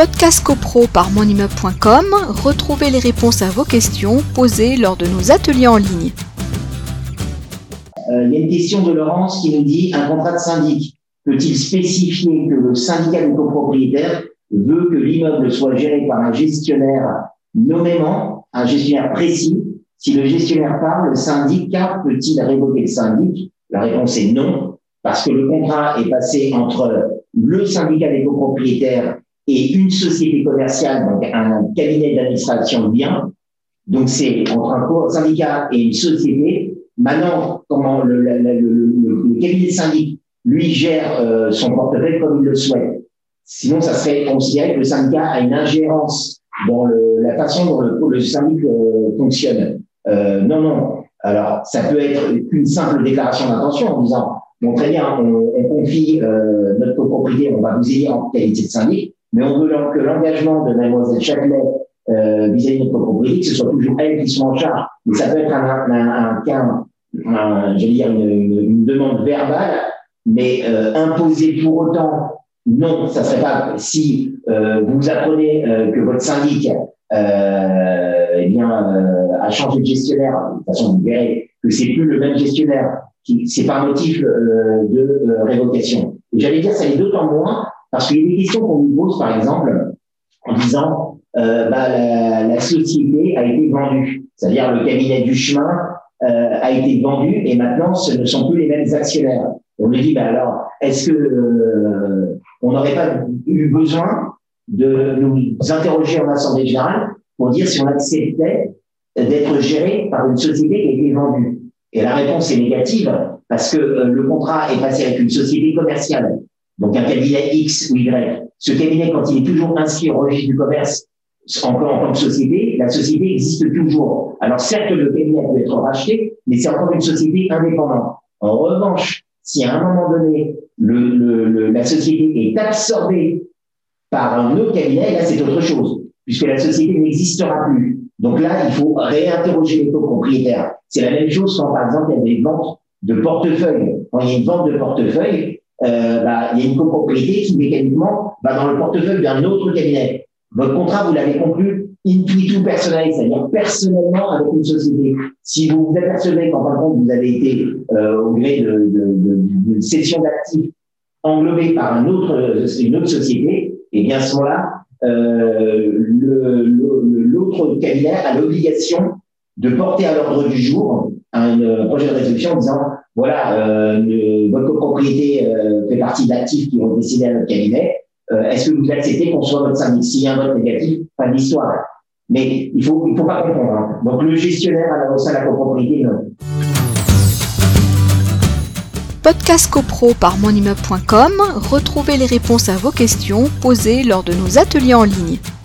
Podcast CoPro par monimmeuble.com, retrouvez les réponses à vos questions posées lors de nos ateliers en ligne. Il y a une question de Laurence qui nous dit: un contrat de syndic peut-il spécifier que le syndicat des copropriétaires veut que l'immeuble soit géré par un gestionnaire nommément, un gestionnaire précis? Si le gestionnaire part, le syndicat peut-il révoquer le syndic? La réponse est non, parce que le contrat est passé entre le syndicat des copropriétaires et une société commerciale, donc un cabinet d'administration de biens. Donc c'est entre un syndicat et une société. Maintenant, comment le cabinet syndic, lui, gère son portefeuille comme il le souhaite. Sinon, ça serait considéré que le syndicat a une ingérence dans la façon dont le syndic fonctionne. Non. Alors, ça peut être une simple déclaration d'intention en disant: bon, très bien, on confie notre copropriété, on va vous aider en qualité de syndic, mais on veut que l'engagement de mademoiselle Châtelet vis-à-vis de notre copropriété, que ce soit toujours elle qui soit en charge. Mais ça peut être une demande verbale, mais imposée pour autant, non, ça serait pas. Si vous apprenez que votre syndic a changé de gestionnaire, de toute façon vous verrez que c'est plus le même gestionnaire, c'est pas un motif de révocation. Et j'allais dire, ça l'est d'autant moins parce qu'il y a des questions qu'on nous pose, par exemple, en disant la société a été vendue, c'est-à-dire le cabinet du chemin a été vendu et maintenant ce ne sont plus les mêmes actionnaires. Et on me dit: alors, est-ce que on n'aurait pas eu besoin de nous interroger en assemblée générale pour dire si on acceptait d'être géré par une société qui a été vendue? Et la réponse est négative parce que le contrat est passé avec une société commerciale, donc un cabinet X ou Y. Ce cabinet, quand il est toujours inscrit au registre du commerce en tant que société, la société existe toujours. Alors certes, le cabinet peut être racheté, mais c'est encore une société indépendante. En revanche, si à un moment donné, la société est absorbée par un autre cabinet, là c'est autre chose, puisque la société n'existera plus. Donc là, il faut réinterroger les copropriétaires. C'est la même chose quand, par exemple, il y a des ventes de portefeuille. Quand il y a une vente de portefeuille, il y a une copropriété qui, mécaniquement, va dans le portefeuille d'un autre cabinet. Votre contrat, vous l'avez conclu intuitu personnel, c'est-à-dire personnellement avec une société. Si vous vous apercevez qu'en fin de compte, vous avez été, au gré d'une cession d'actifs englobée par une autre société, et bien à ce moment-là, l'autre cabinet a l'obligation de porter à l'ordre du jour un projet de résolution en disant: voilà, votre copropriété fait partie d'actifs qui ont décidé à notre cabinet. Est-ce que vous acceptez qu'on soit votre syndic? S'il y a un vote négatif, pas d'histoire. Mais il faut pas confondre. Hein. Donc le gestionnaire au sein de la copropriété, non. Podcast CoPro par monimmeuble.com, retrouvez les réponses à vos questions posées lors de nos ateliers en ligne.